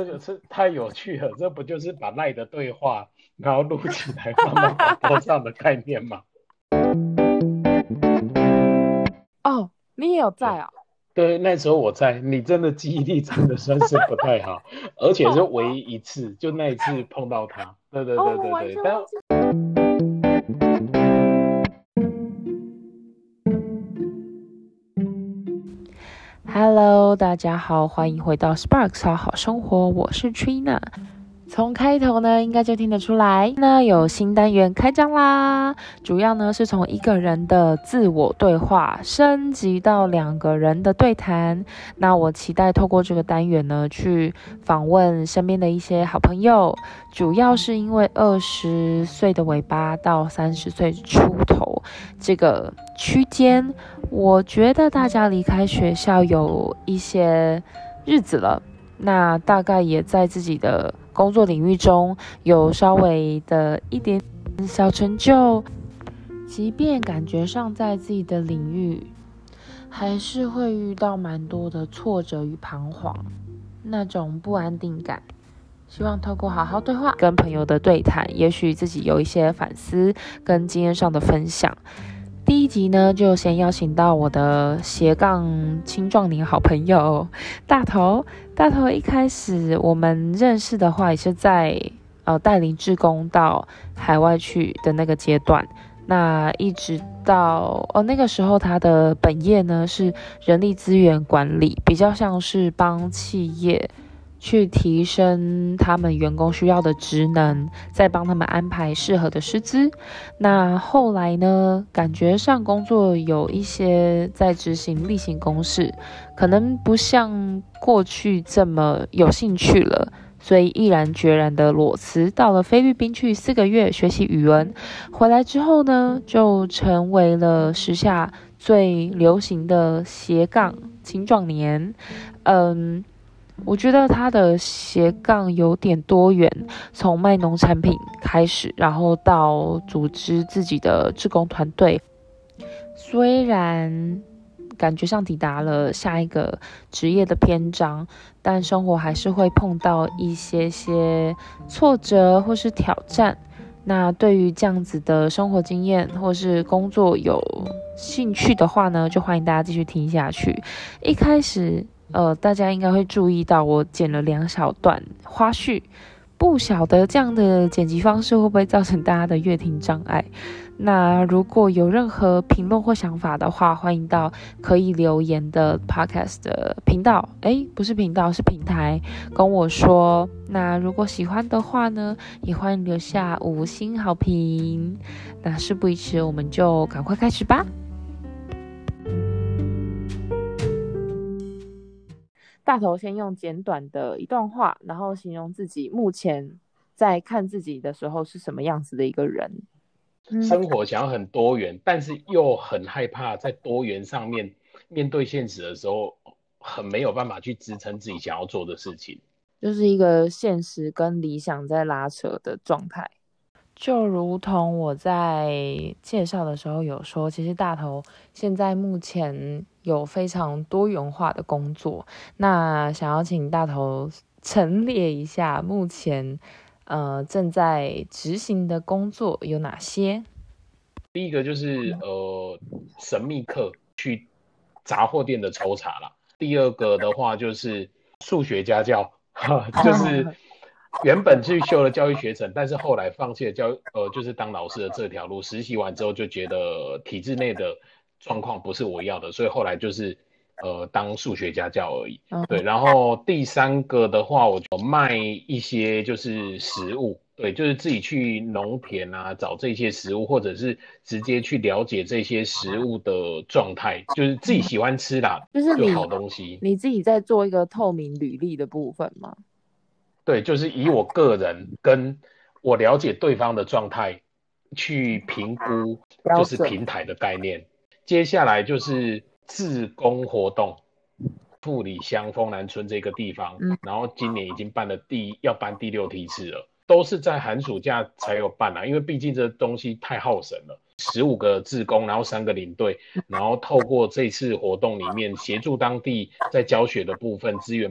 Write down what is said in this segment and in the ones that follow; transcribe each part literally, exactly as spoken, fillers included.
个是太有趣了，这不就是把赖的对话然后录起来放到广播上的概念吗？ 哦，你也有在对啊？ 对，那时候我在，你真的记忆力真的算是不太好，而且是哦唯一一次，就那一次碰到他。对对哦， 对对对， 我完全但忘记。Hello，大家好，欢迎回到 Sparks 好好生活，我是 Trina。从开头呢，应该就听得出来，那有新单元开张啦。主要呢是从一个人的自我对话升级到两个人的对谈。那我期待透过这个单元呢，去访问身边的一些好朋友，主要是因为二十岁的尾巴到三十岁出头这个区间，我觉得大家离开学校有一些日子了。那大概也在自己的工作领域中有稍微的一点小成就，即便感觉上在自己的领域，还是会遇到蛮多的挫折与彷徨，那种不安定感。希望透过好好对话跟朋友的对谈，也许自己有一些反思跟经验上的分享。第一集呢，就先邀请到我的斜杠青壮年好朋友大头。大头一开始我们认识的话，也是在呃带领志工到海外去的那个阶段。那一直到哦那个时候，他的本业呢是人力资源管理，比较像是帮企业去提升他们员工需要的职能，再帮他们安排适合的师资。那后来呢，感觉上工作有一些在执行例行公事，可能不像过去这么有兴趣了，所以毅然决然的裸辞到了菲律宾去四个月学习语文。回来之后呢，就成为了时下最流行的斜杠青壮年。嗯。我觉得他的斜杠有点多元，从卖农产品开始，然后到组织自己的志工团队。虽然感觉上抵达了下一个职业的篇章，但生活还是会碰到一些些挫折或是挑战。那对于这样子的生活经验或是工作有兴趣的话呢，就欢迎大家继续听下去。一开始呃，大家应该会注意到我剪了两小段花絮，不晓得这样的剪辑方式会不会造成大家的阅听障碍。那如果有任何评论或想法的话，欢迎到可以留言的 podcast 的频道，诶，不是频道，是平台，跟我说。那如果喜欢的话呢，也欢迎留下五星好评。那事不宜迟，我们就赶快开始吧。大头先用简短的一段话，然后形容自己目前在看自己的时候是什么样子的一个人。嗯， 生活想要很多元，但是又很害怕在多元上面面对现实的时候，很没有办法去支撑自己想要做的事情。 就是一个现实跟理想在拉扯的状态。就如同我在介绍的时候有说，其实大头现在目前有非常多元化的工作。那想要请大头陈列一下目前呃正在执行的工作有哪些？ 第一个就是呃神秘客去杂货店的抽查啦。第二个的话就是数学家教，就是原本去修了教育学程，但是后来放弃了教呃就是当老师的这条路。实习完之后就觉得体制内的状况不是我要的，所以后来就是呃当数学家教而已。 嗯， 对，然后第三个的话，我就卖一些就是食物，对，就是自己去农田啊找这些食物，或者是直接去了解这些食物的状态，就是自己喜欢吃啦， 就是你就好东西。 你自己在做一个透明履历的部分吗？ 对，就是以我个人跟我了解对方的状态去评估，就是标准。 平台的概念。接下来就是自工活动，富里乡丰南村这个地方， 嗯， 然后今年已经办了第要办第六梯次了，都是在寒暑假才有办啊，因为毕竟这东西太耗神了。十五个志工，然后三个领队，然后透过这次活动里面协助当地在教学的部分资源不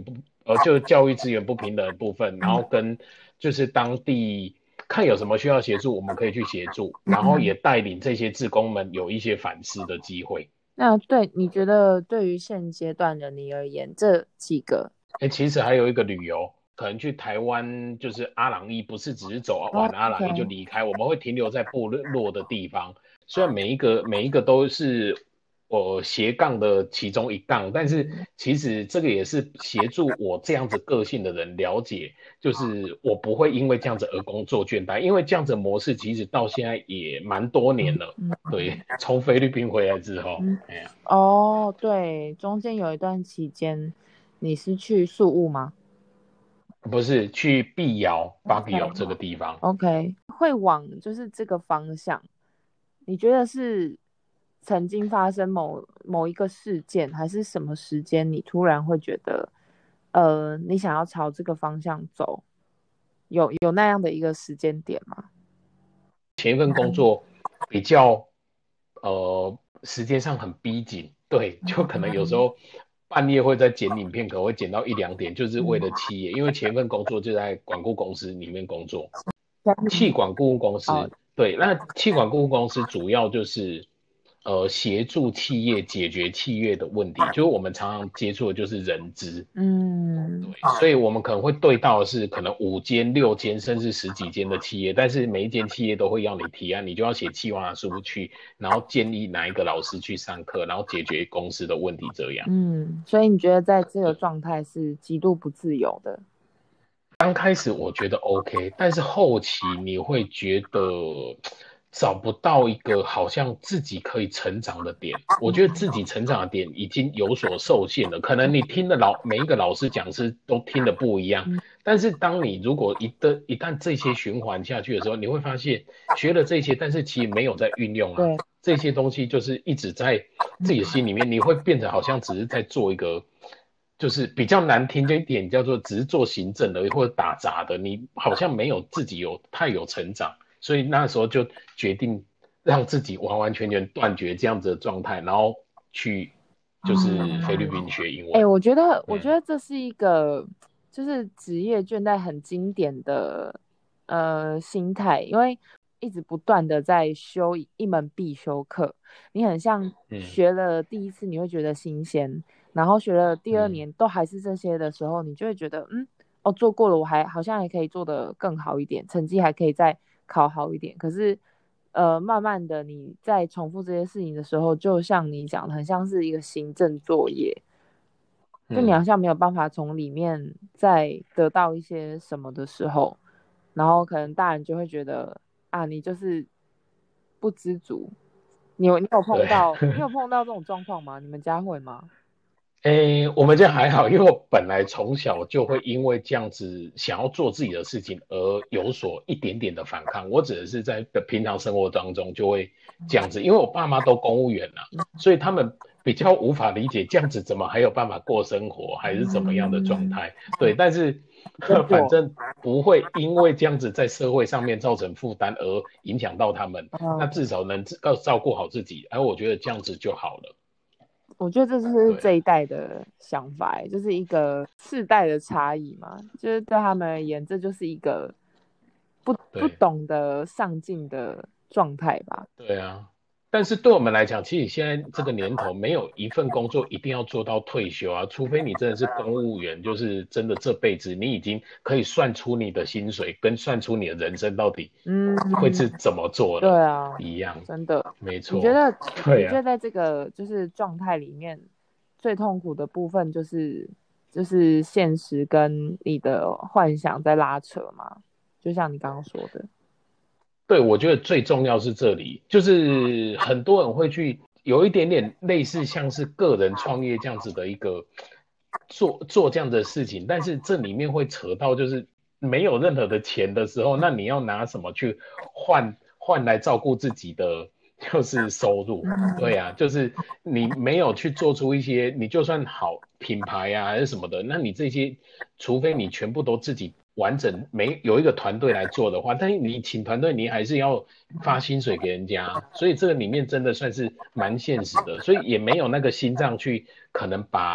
呃，就教育资源不平等的部分，然后跟就是当地看有什么需要协助，我们可以去协助，然后也带领这些志工们有一些反思的机会。 那对你觉得对于现阶段的你而言，这几个， 哎，其实还有一个旅游，可能去台湾就是阿朗壹，不是只是走完阿朗壹就离开，我们会停留在部落的地方。虽然每一个每一个都是我斜杠的其中一杠，但是其实这个也是协助我这样子个性的人了解，就是我不会因为这样子而工作倦怠，因为这样子的模式其实到现在也蛮多年了。 嗯、 对，从菲律宾回来之后， 嗯哎呀， 哦，对，中间有一段期间，你是去宿务吗？ 不是去碧瑶、巴比瑶这个地方。 OK，会往就是这个方向，你觉得是曾经发生某某一个事件，还是什么时间，你突然会觉得，呃，你想要朝这个方向走，有有那样的一个时间点吗？ 前一份工作比较呃时间上很逼紧，对，就可能有时候半夜会在剪影片，可能会剪到一两点，就是为了企业，因为前一份工作就在管顾公司里面工作，气管顾问公司， 哦、 对，那气管顾问公司主要就是呃协助企业解决企业的问题，就是我们常常接触的就是人资， 嗯， 对，所以我们可能会对到的是可能五间、六间甚至十几间的企业，但是每一间企业都会要你提案，你就要写企划书去，然后建议哪一个老师去上课，然后解决公司的问题，这样。 嗯，所以你觉得在这个状态是极度不自由的？ 刚开始我觉得 OK， 但是后期你会觉得找不到一个好像自己可以成长的点。我觉得自己成长的点已经有所受限了。可能你听的老每一个老师讲师都听的不一样，但是当你如果一旦一旦这些循环下去的时候，你会发现学了这些，但是其实没有在运用啊。 对， 这些东西就是一直在自己的心里面，你会变成好像只是在做一个。就是比较难听这一点叫做只是做行政的或者打杂的，你好像没有自己有太有成长，所以那时候就决定让自己完完全全断绝这样子的状态，然后去就是菲律宾学英文。 哎、欸，我觉得， 嗯、 我觉得这是一个就是职业倦怠很经典的呃心态，因为一直不断的在修一门必修课，你很像学了第一次你会觉得新鲜。嗯，然后学了第二年都还是这些的时候，你就会觉得，嗯，哦，做过了，我还好像还可以做得更好一点，成绩还可以再考好一点。可是，呃，慢慢的你在重复这些事情的时候，就像你讲的，很像是一个行政作业，就你好像没有办法从里面再得到一些什么的时候，然后可能大人就会觉得，啊，你就是不知足。你有你有碰到你有碰到这种状况吗？你们家会吗？ 诶，我们家还好，因为我本来从小就会因为这样子想要做自己的事情而有所一点点的反抗。我指的是在平常生活当中就会这样子，因为我爸妈都公务员啊，所以他们比较无法理解这样子怎么还有办法过生活，还是怎么样的状态。对，但是反正不会因为这样子在社会上面造成负担而影响到他们，那至少能照照顾好自己，而我觉得这样子就好了。 我觉得这就是这一代的想法，就是一个世代的差异嘛，就是对他们而言，这就是一个不不懂得上进的状态吧。 对啊，但是对我们来讲，其实现在这个年头，没有一份工作一定要做到退休啊，除非你真的是公务员，就是真的这辈子你已经可以算出你的薪水，跟算出你的人生到底嗯会是怎么做的， 对啊， 一样， 真的没错。 你觉得？ 对啊， 你觉得在这个就是状态里面，最痛苦的部分就是就是现实跟你的幻想在拉扯吗？就像你刚刚说的。 对，我觉得最重要是这里，就是很多人会去有一点点类似像是个人创业这样子的一个做做这样的事情，但是这里面会扯到就是没有任何的钱的时候，那你要拿什么去换换来照顾自己的就是收入？对啊，就是你没有去做出一些，你就算好品牌啊还是什么的，那你这些除非你全部都自己。完整没有一个团队来做的话，但是你请团队，你还是要发薪水给人家，所以这个里面真的算是蛮现实的，所以也没有那个心脏去可能把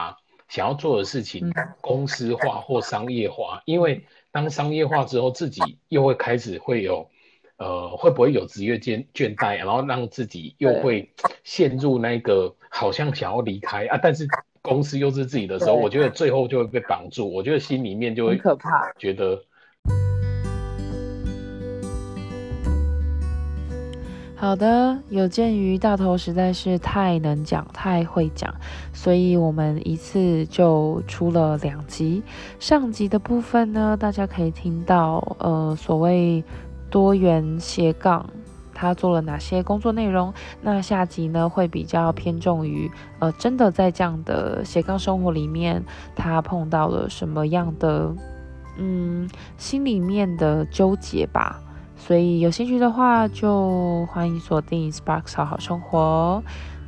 想要做的事情嗯公司化或商业化，因为当商业化之后，自己又会开始会有。呃，会不会有职业倦倦怠，然后让自己又会陷入那个好像想要离开啊，但是公司又是自己的时候，我觉得最后就会被绑住，我觉得心里面就会很可怕， 觉得。 好的，有鉴于大头实在是太能讲、太会讲，所以我们一次就出了两集。上集的部分呢，大家可以听到，呃，所谓多元斜杠，他做了哪些工作内容。那下集呢，会比较偏重于，呃，真的在这样的斜杠生活里面，他碰到了什么样的，嗯，心里面的纠结吧。所以有兴趣的话，就欢迎锁定 Sparks 好好生活。